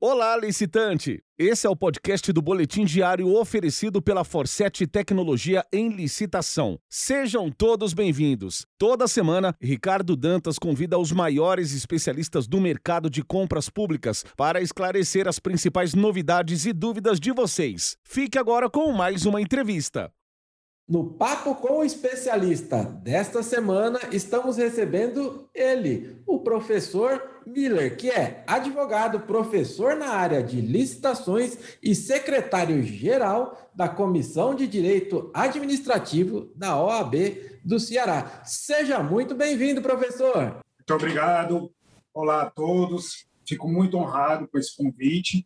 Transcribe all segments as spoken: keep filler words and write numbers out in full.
Olá, licitante! Esse é o podcast do Boletim Diário oferecido pela Forset Tecnologia em Licitação. Sejam todos bem-vindos. Toda semana, Ricardo Dantas convida os maiores especialistas do mercado de compras públicas para esclarecer as principais novidades e dúvidas de vocês. Fique agora com mais uma entrevista. No Papo com o Especialista desta semana, estamos recebendo ele, o professor Miller, que é advogado, professor na área de licitações e secretário-geral da Comissão de Direito Administrativo da O A B do Ceará. Seja muito bem-vindo, professor. Muito obrigado. Olá a todos. Fico muito honrado com esse convite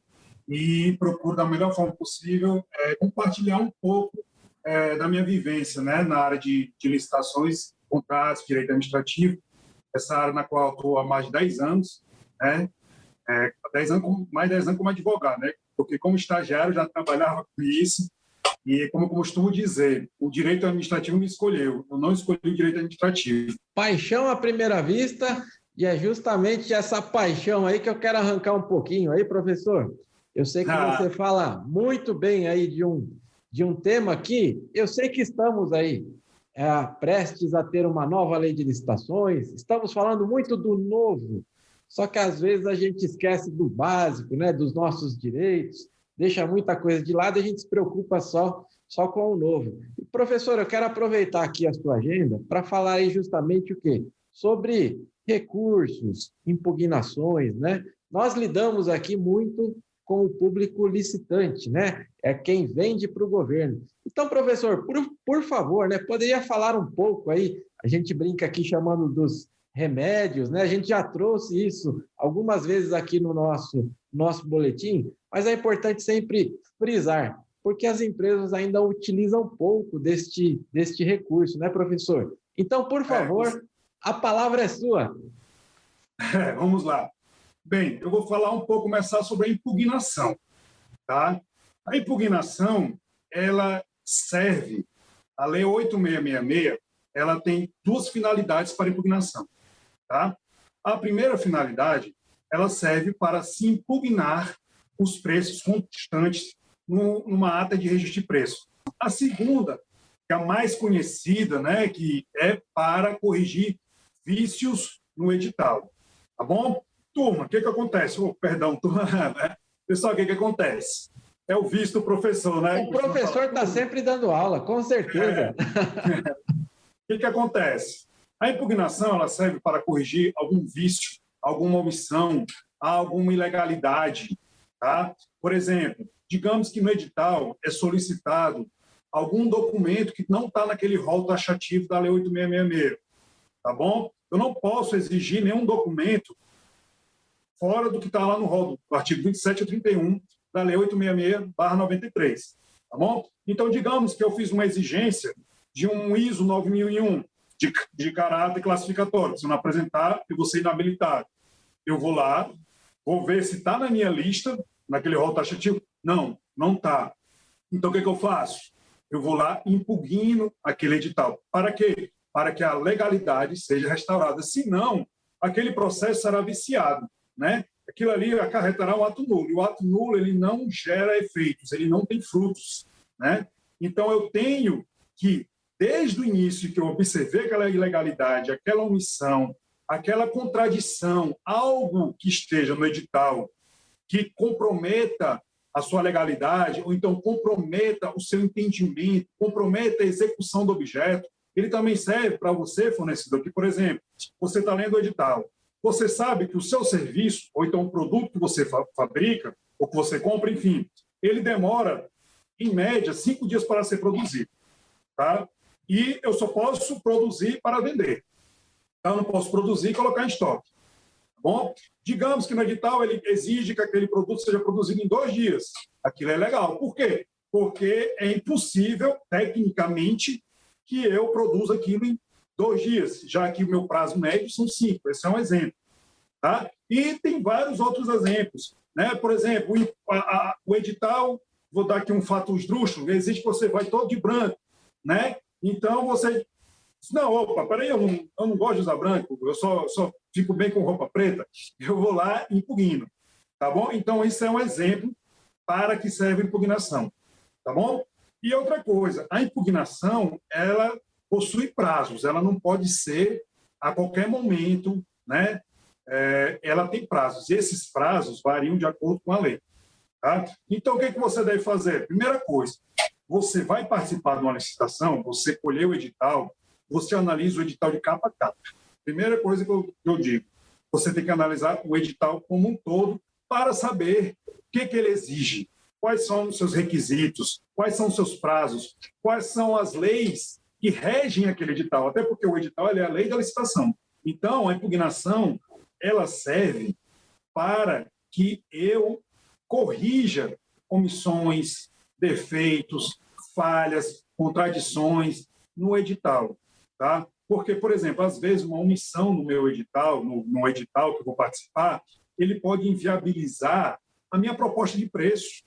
e procuro, da melhor forma possível, é, compartilhar um pouco É, da minha vivência, né, na área de, de licitações, contratos, direito administrativo, essa área na qual estou há mais de dez anos, né, é, dez anos com, mais de dez anos como advogado, né, porque como estagiário já trabalhava com isso, e como eu costumo dizer, o direito administrativo me escolheu, eu não escolhi o direito administrativo. Paixão à primeira vista, e é justamente essa paixão aí que eu quero arrancar um pouquinho aí, professor. Eu sei que ah. você fala muito bem aí de um de um tema que eu sei que estamos aí é, prestes a ter uma nova lei de licitações, estamos falando muito do novo, só que às vezes a gente esquece do básico, né, dos nossos direitos, deixa muita coisa de lado e a gente se preocupa só, só com o novo. E, professor, eu quero aproveitar aqui a sua agenda para falar aí justamente o quê? Sobre recursos, impugnações, né? Nós lidamos aqui muito com o público licitante, né? É quem vende para o governo. Então, professor, por, por favor, né, poderia falar um pouco aí, a gente brinca aqui chamando dos remédios, né? A gente já trouxe isso algumas vezes aqui no nosso, nosso boletim, mas é importante sempre frisar, porque as empresas ainda utilizam pouco deste, deste recurso, né, professor? Então, por favor, a palavra é sua. É, vamos lá. Bem, eu vou falar um pouco, começar sobre a impugnação, tá? A impugnação, ela serve, a Lei oito mil seiscentos e sessenta e seis, ela tem duas finalidades para impugnação, tá? A primeira finalidade, ela serve para se impugnar os preços constantes numa ata de registro de preço. A segunda, que é a mais conhecida, né, que é para corrigir vícios no edital, tá bom? Turma, o que que acontece? Oh, perdão, turma. Pessoal, o que que acontece? É o vício do professor, né? O professor está sempre dando aula, com certeza. É. O que que acontece? A impugnação, ela serve para corrigir algum vício, alguma omissão, alguma ilegalidade, tá? Por exemplo, digamos que no edital é solicitado algum documento que não está naquele rol taxativo da Lei oito mil seiscentos e sessenta e seis, tá bom? Eu não posso exigir nenhum documento fora do que está lá no rol do artigo vinte e sete a trinta e um da Lei oitocentos e sessenta e seis barra noventa e três, tá bom? Então, digamos que eu fiz uma exigência de um I S O nove mil e um de, de caráter classificatório. Se eu não apresentar, eu vou ser inabilitado. Eu vou lá, vou ver se está na minha lista, naquele rol taxativo. Não, não está. Então, o que, que eu faço? Eu vou lá e impugno aquele edital. Para quê? Para que a legalidade seja restaurada. Senão, aquele processo será viciado, né? Aquilo ali acarretará um ato nulo. E o ato nulo, ele não gera efeitos, ele não tem frutos, né? Então, eu tenho que, desde o início que eu observei aquela ilegalidade, aquela omissão, aquela contradição, algo que esteja no edital que comprometa a sua legalidade, ou então comprometa o seu entendimento, comprometa a execução do objeto, ele também serve para você, fornecedor, que, por exemplo, você está lendo o edital, você sabe que o seu serviço, ou então o produto que você fa- fabrica, ou que você compra, enfim, ele demora, em média, cinco dias para ser produzido, tá? E eu só posso produzir para vender. Então, eu não posso produzir e colocar em estoque. Tá bom? Digamos que no edital ele exige que aquele produto seja produzido em dois dias. Aquilo é legal. Por quê? Porque é impossível, tecnicamente, que eu produza aquilo em dois dias, já que o meu prazo médio são cinco. Esse é um exemplo. Tá? E tem vários outros exemplos, né? Por exemplo, o, a, o edital, vou dar aqui um fato esdrúxulo, exige que você vai todo de branco, né? Então, você diz, não, opa, peraí, eu não, eu não gosto de usar branco, eu só, só fico bem com roupa preta, eu vou lá e impugno. Tá bom? Então, isso é um exemplo para que serve a impugnação. Tá bom? E outra coisa, a impugnação, ela possui prazos, ela não pode ser a qualquer momento, né? É, ela tem prazos. Esses prazos variam de acordo com a lei. Tá? Então, o que, é que você deve fazer? Primeira coisa, você vai participar de uma licitação, você colheu o edital, você analisa o edital de capa a capa. Primeira coisa que eu, eu digo, você tem que analisar o edital como um todo para saber o que, que ele exige, quais são os seus requisitos, quais são os seus prazos, quais são as leis que regem aquele edital, até porque o edital ele é a lei da licitação. Então, a impugnação, ela serve para que eu corrija omissões, defeitos, falhas, contradições no edital. Tá? Porque, por exemplo, às vezes uma omissão no meu edital, no, no edital que eu vou participar, ele pode inviabilizar a minha proposta de preço.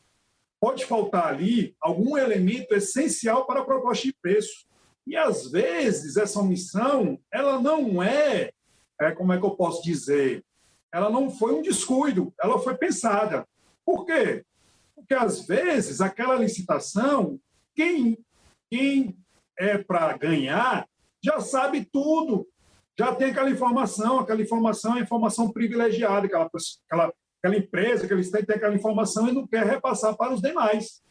Pode faltar ali algum elemento essencial para a proposta de preço. E, às vezes, essa omissão, ela não é, é, como é que eu posso dizer, ela não foi um descuido, ela foi pensada. Por quê? Porque, às vezes, aquela licitação, quem, quem é para ganhar já sabe tudo, já tem aquela informação, aquela informação é informação privilegiada, aquela, aquela, aquela empresa que eles têm, tem aquela informação e não quer repassar para os demais.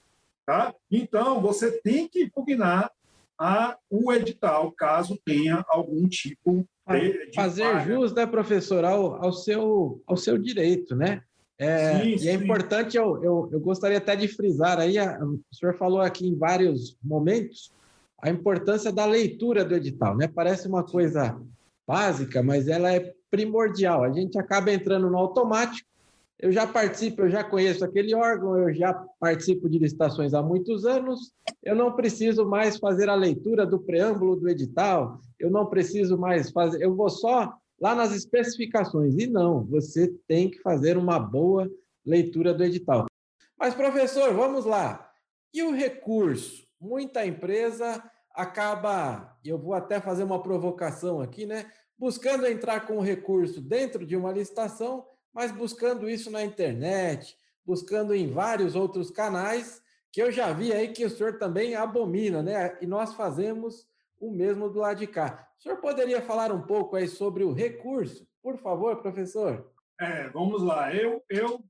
Tá? Então, você tem que impugnar a, o edital, caso tenha algum tipo de, de fazer falha. jus, né, professor, ao, ao, seu, ao seu direito, né? É, sim, e sim. é importante, eu, eu, eu gostaria até de frisar aí, a, o senhor falou aqui em vários momentos, a importância da leitura do edital, né? Parece uma coisa básica, mas ela é primordial. A gente acaba entrando no automático. Eu já participo, eu já conheço aquele órgão, eu já participo de licitações há muitos anos, eu não preciso mais fazer a leitura do preâmbulo do edital, eu não preciso mais fazer, eu vou só lá nas especificações. E não, você tem que fazer uma boa leitura do edital. Mas, professor, vamos lá. E o recurso? Muita empresa acaba, e eu vou até fazer uma provocação aqui, né? Buscando entrar com o recurso dentro de uma licitação, mas buscando isso na internet, buscando em vários outros canais, que eu já vi aí que o senhor também abomina, né? E nós fazemos o mesmo do lado de cá. O senhor poderia falar um pouco aí sobre o recurso? Por favor, professor. É, vamos lá. Eu, eu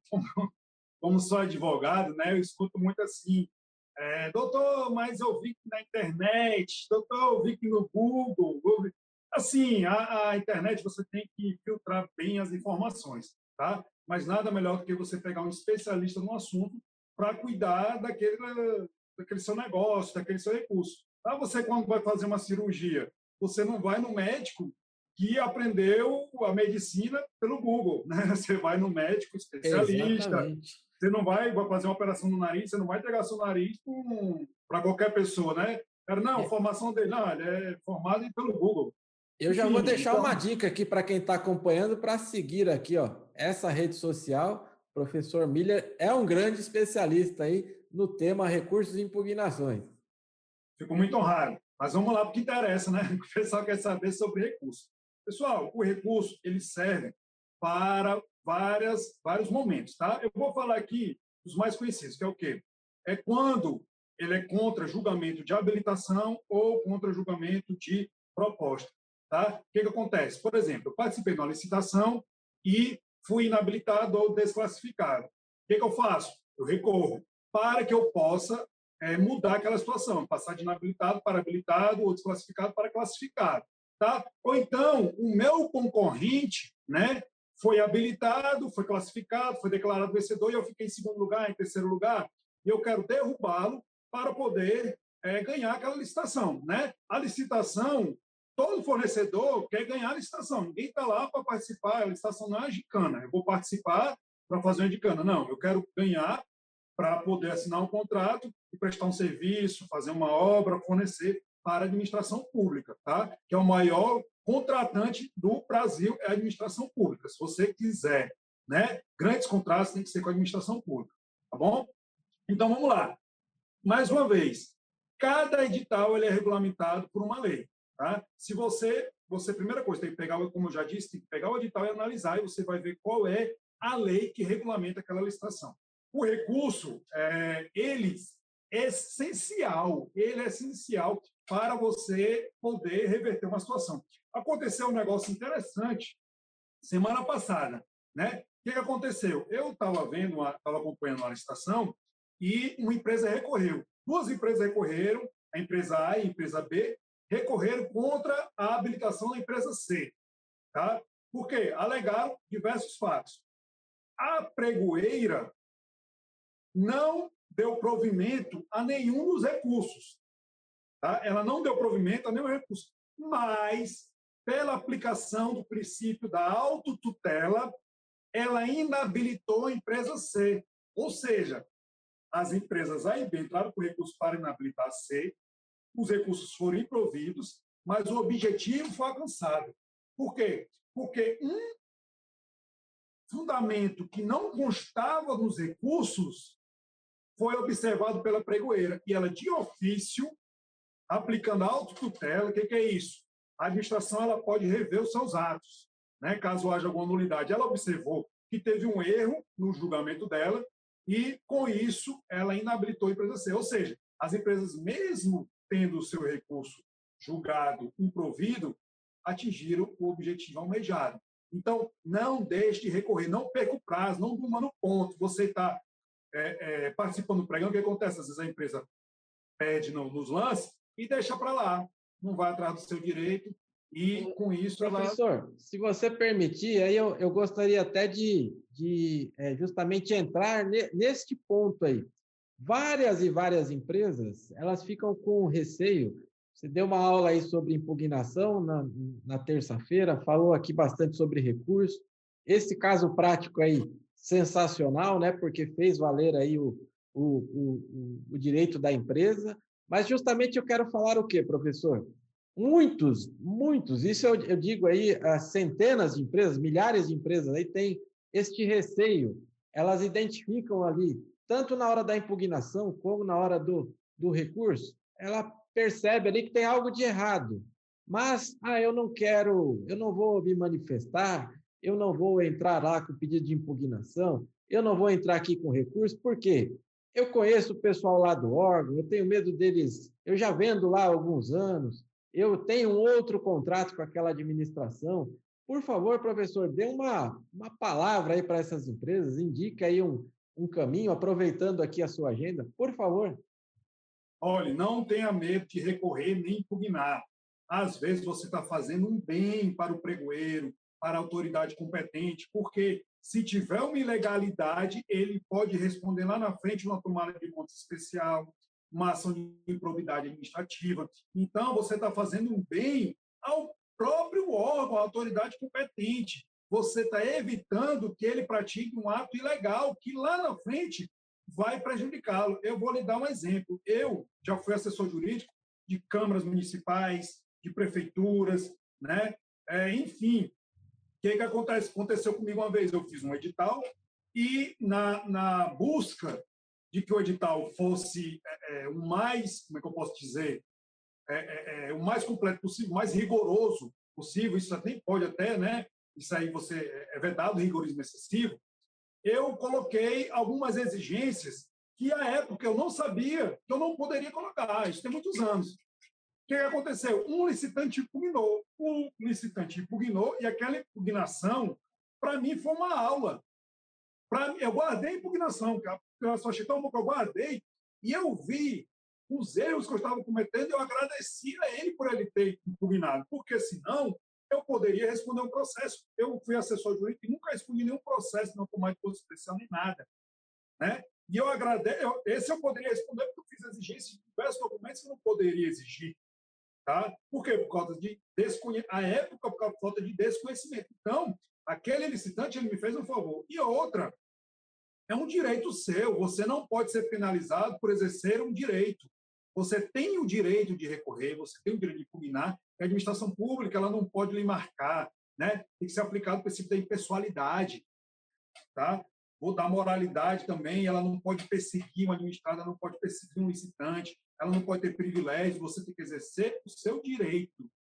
como sou advogado, né, eu escuto muito assim, é, doutor, mas eu vi que na internet, doutor, eu vi que no Google, Google. Assim, a, a internet você tem que filtrar bem as informações, tá? Mas nada melhor do que você pegar um especialista no assunto para cuidar daquele, daquele seu negócio, daquele seu recurso. Tá? Você, quando vai fazer uma cirurgia, você não vai no médico que aprendeu a medicina pelo Google, né? Você vai no médico especialista. Exatamente. Você não vai, vai fazer uma operação no nariz, você não vai entregar seu nariz para qualquer pessoa, né? Não, a formação dele, não, ele é formado pelo Google. Eu já Enfim, vou deixar então... uma dica aqui para quem está acompanhando para seguir aqui, ó, essa rede social. O professor Miller é um grande especialista aí no tema recursos e impugnações. Fico muito honrado. Mas vamos lá para o que interessa, né? O pessoal quer saber sobre recurso. Pessoal, o recurso ele serve para várias, vários momentos, tá? Eu vou falar aqui dos mais conhecidos, que é o quê? É quando ele é contra julgamento de habilitação ou contra julgamento de proposta, tá? O que, que acontece? Por exemplo, eu participei de uma licitação e fui inabilitado ou desclassificado. O que, que eu faço? Eu recorro para que eu possa é, mudar aquela situação, passar de inabilitado para habilitado ou desclassificado para classificado. Tá? Ou então, o meu concorrente, né, foi habilitado, foi classificado, foi declarado vencedor e eu fiquei em segundo lugar, em terceiro lugar, e eu quero derrubá-lo para poder é, ganhar aquela licitação. Né? A licitação, todo fornecedor quer ganhar a licitação, ninguém está lá para participar, a licitação não é gicana, eu vou participar para fazer uma gicana. Não, eu quero ganhar para poder assinar um contrato e prestar um serviço, fazer uma obra, fornecer para a administração pública, tá? Que é o maior contratante do Brasil, é a administração pública. Se você quiser, né, grandes contratos tem que ser com a administração pública, tá bom? Então, vamos lá. Mais uma vez, cada edital ele é regulamentado por uma lei, tá? Se você, você, primeira coisa, tem que pegar, como eu já disse, tem que pegar o edital e analisar, e você vai ver qual é a lei que regulamenta aquela licitação. O recurso, é, ele é essencial, ele é essencial para você poder reverter uma situação. Aconteceu um negócio interessante semana passada, né? O que, que aconteceu? Eu estava vendo, estava acompanhando uma licitação e uma empresa recorreu. Duas empresas recorreram, a empresa A e a empresa B, recorreram contra a habilitação da empresa C. Tá? Por quê? Alegaram diversos fatos. A pregoeira não deu provimento a nenhum dos recursos. Tá? Ela não deu provimento a nenhum recurso, mas, pela aplicação do princípio da autotutela, ela inabilitou a empresa C. Ou seja, as empresas A e B entraram com recurso para inabilitar a C, os recursos foram improvidos, mas o objetivo foi alcançado. Por quê? Porque um fundamento que não constava nos recursos foi observado pela pregoeira, e ela, de ofício, aplicando a autotutela. O que, que é isso? A administração ela pode rever os seus atos, né? Caso haja alguma nulidade. Ela observou que teve um erro no julgamento dela e, com isso, ela inabilitou a empresa C. Ou seja, as empresas, mesmo tendo o seu recurso julgado, improvido, atingiram o objetivo almejado. Então, não deixe de recorrer, não perca o prazo, não durma no ponto. Você está é, é, participando do pregão, o que acontece? Às vezes a empresa pede no, nos lances e deixa para lá, não vai atrás do seu direito e, com isso, Professor, ela... se você permitir, aí eu, eu gostaria até de, de é, justamente entrar ne, neste ponto aí. Várias e várias empresas, elas ficam com receio. Você deu uma aula aí sobre impugnação na, na terça-feira, falou aqui bastante sobre recurso. Esse caso prático aí, sensacional, né? Porque fez valer aí o, o, o, o direito da empresa. Mas justamente eu quero falar o quê, professor? Muitos, muitos, isso eu, eu digo aí, centenas de empresas, milhares de empresas aí têm este receio. Elas identificam ali, tanto na hora da impugnação como na hora do, do recurso, ela percebe ali que tem algo de errado. Mas, ah, eu não quero, eu não vou me manifestar, eu não vou entrar lá com pedido de impugnação, eu não vou entrar aqui com recurso, por quê? Eu conheço o pessoal lá do órgão, eu tenho medo deles, eu já vendo lá há alguns anos, eu tenho um outro contrato com aquela administração. Por favor, professor, dê uma, uma palavra aí para essas empresas, indique aí um, um caminho, aproveitando aqui a sua agenda, por favor. Olha, não tenha medo de recorrer nem impugnar. Às vezes você está fazendo um bem para o pregoeiro, para a autoridade competente, porque se tiver uma ilegalidade, ele pode responder lá na frente uma tomada de conta especial, uma ação de improbidade administrativa. Então, você está fazendo um bem ao próprio órgão, à autoridade competente. Você está evitando que ele pratique um ato ilegal, que lá na frente vai prejudicá-lo. Eu vou lhe dar um exemplo. Eu já fui assessor jurídico de câmaras municipais, de prefeituras, né? É, enfim, o que, que acontece? Aconteceu comigo uma vez. Eu fiz um edital e, na, na busca de que o edital fosse é, o mais, como é que eu posso dizer, é, é, é, o mais completo possível, o mais rigoroso possível, isso nem pode até, né? Isso aí você é vedado, rigorismo excessivo. Eu coloquei algumas exigências que, à época, eu não sabia que eu não poderia colocar. Isso tem muitos anos. O que aconteceu? Um licitante impugnou. O licitante impugnou e aquela impugnação, para mim, foi uma aula. Pra, eu guardei a impugnação, eu só achei tão bom que eu guardei, e eu vi os erros que eu estava cometendo e eu agradeci a ele por ele ter impugnado, porque senão eu poderia responder um processo. Eu fui assessor jurídico e nunca respondi nenhum processo, não tomar de conta especial nem nada. Né? E eu agradeço, eu, esse eu poderia responder porque eu fiz exigência de diversos documentos que eu não poderia exigir. Tá? Por quê? Por causa de desconhecimento. A época, por causa de falta de desconhecimento. Então, aquele licitante, ele me fez um favor. E outra, é um direito seu. Você não pode ser penalizado por exercer um direito. Você tem o direito de recorrer, você tem o direito de impugnar. A administração pública, ela não pode lhe marcar, né? Tem que ser aplicado o princípio da impessoalidade. Tá? Ou da moralidade também, ela não pode perseguir uma administrada, ela não pode perseguir um licitante, ela não pode ter privilégio, você tem que exercer o seu direito.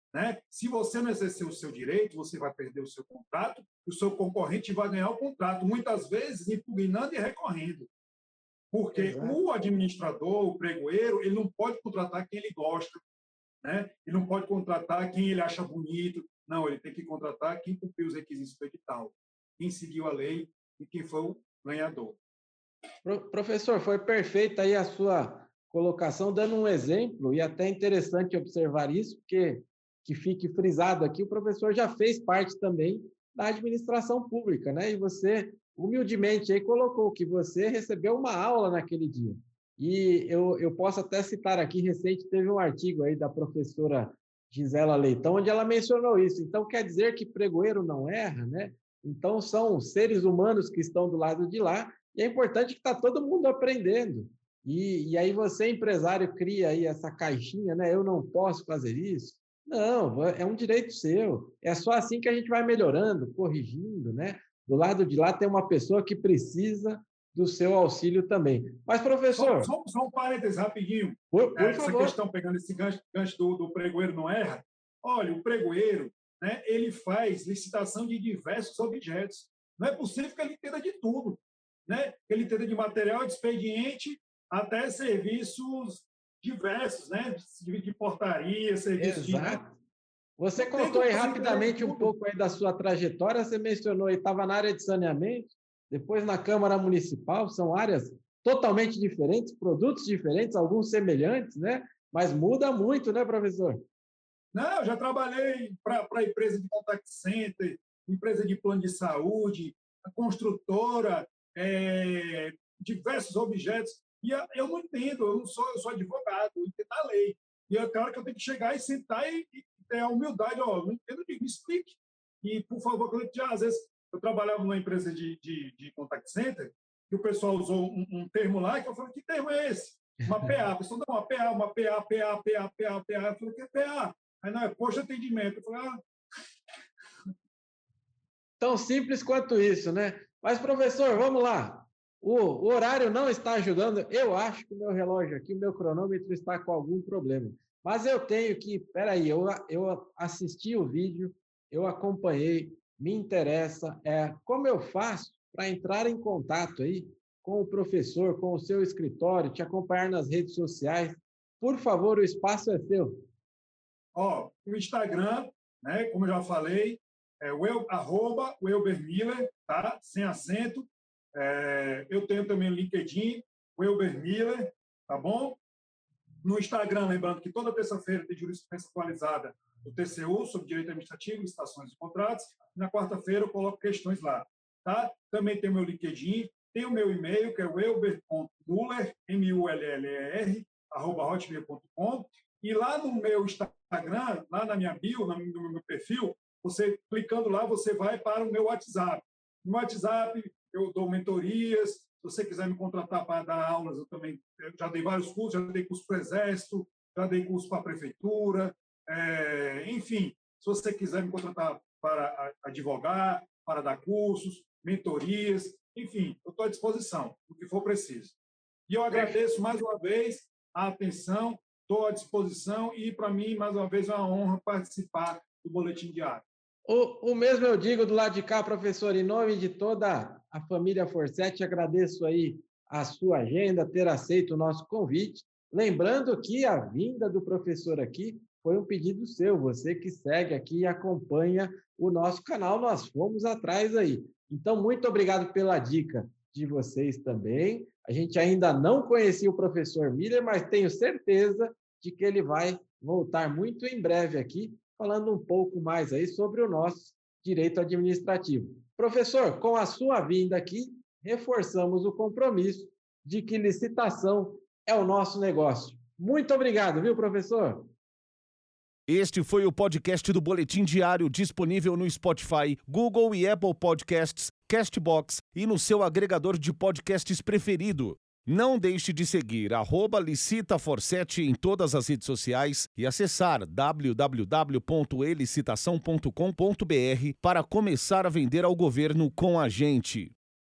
né? Se você não exercer o seu direito, você vai perder o seu contrato, e o seu concorrente vai ganhar o contrato, muitas vezes impugnando e recorrendo. Porque Exato. O administrador, o pregoeiro, ele não pode contratar quem ele gosta, né? Ele não pode contratar quem ele acha bonito. Não, ele tem que contratar quem cumpriu os requisitos do edital, quem seguiu a lei e quem foi o ganhador. Professor, foi perfeita aí a sua colocação, dando um exemplo, e até interessante observar isso, porque que fique frisado aqui, o professor já fez parte também da administração pública, né? E você, humildemente, aí colocou que você recebeu uma aula naquele dia. E eu, eu posso até citar aqui, recente, teve um artigo aí da professora Gisela Leitão, onde ela mencionou isso. Então, quer dizer que pregoeiro não erra, né? Então, são seres humanos que estão do lado de lá, e é importante que está todo mundo aprendendo. E, e aí você, empresário, cria aí essa caixinha, né? Eu não posso fazer isso. Não, é um direito seu. É só assim que a gente vai melhorando, corrigindo, né? Do lado de lá tem uma pessoa que precisa do seu auxílio também. Mas, professor... Só, só, só um parênteses rapidinho. Por, por é, essa favor. questão, pegando esse gancho, gancho do, do pregoeiro não erra. Olha, o pregoeiro, né, ele faz licitação de diversos objetos. Não é possível que ele entenda de tudo, né? Ele entenda de material de expediente até serviços diversos, né? De, de portaria, serviços Exato. de... Né? Você Não contou aí tem rapidamente um pouco aí da sua trajetória, você mencionou aí, estava na área de saneamento, depois na Câmara Municipal, são áreas totalmente diferentes, produtos diferentes, alguns semelhantes, né? Mas muda muito, né, professor? Não, eu já trabalhei para empresa de contact center, empresa de plano de saúde, construtora, é, diversos objetos. E eu não entendo, eu não sou, eu sou advogado, eu entendo a lei. E é claro que eu tenho que chegar e sentar e, e ter a humildade, ó, não entendo, me explique. E, por favor, quando eu, às vezes, eu trabalhava numa empresa de, de, de contact center, e o pessoal usou um, um termo lá, que eu falei, que termo é esse? Uma P A. A pessoa, não, uma P A, uma P A, P A, P A, P A, P A. Eu falei, o que é P A? Aí, não, é posto atendimento. Eu falei, ah... Tão simples quanto isso, né? Mas, professor, vamos lá. O, o horário não está ajudando. Eu acho que o meu relógio aqui, o meu cronômetro está com algum problema. Mas eu tenho que... Peraí, eu, eu assisti o vídeo, eu acompanhei, me interessa. É, como eu faço para entrar em contato aí com o professor, com o seu escritório, te acompanhar nas redes sociais? Por favor, o espaço é seu. Ó, o Instagram, né, como eu já falei, é o el, arroba Welber Miller, tá? Sem acento. É, eu tenho também o LinkedIn, Welber Miller, tá bom? No Instagram, lembrando que toda terça-feira tem jurisprudência atualizada do T C U sobre direito administrativo, licitações e contratos. Na quarta-feira eu coloco questões lá, tá? Também tem o meu LinkedIn, tem o meu e-mail, que é welber ponto muller, M U L L E R, arroba hotmail ponto com. E lá no meu Instagram, lá na minha bio, no meu perfil, você clicando lá, você vai para o meu WhatsApp. No WhatsApp, eu dou mentorias. Se você quiser me contratar para dar aulas, eu também eu já dei vários cursos, já dei curso para o Exército, já dei curso para a Prefeitura. É, enfim, se você quiser me contratar para advogar, para dar cursos, mentorias, enfim, eu estou à disposição, o que for preciso. E eu agradeço mais uma vez a atenção. Estou à disposição e, para mim, mais uma vez, é uma honra participar do Boletim Diário. O, o mesmo eu digo do lado de cá, professor, em nome de toda a família Forset, agradeço aí a sua agenda, ter aceito o nosso convite. Lembrando que a vinda do professor aqui foi um pedido seu, você que segue aqui e acompanha o nosso canal, nós fomos atrás aí. Então, muito obrigado pela dica de vocês também. A gente ainda não conhecia o professor Miller, mas tenho certeza de que ele vai voltar muito em breve aqui, falando um pouco mais aí sobre o nosso direito administrativo. Professor, com a sua vinda aqui, reforçamos o compromisso de que licitação é o nosso negócio. Muito obrigado, viu, professor? Este foi o podcast do Boletim Diário, disponível no Spotify, Google e Apple Podcasts, Castbox e no seu agregador de podcasts preferido. Não deixe de seguir arroba licitaforset em todas as redes sociais e acessar w w w ponto elicitação ponto com ponto b r para começar a vender ao governo com a gente.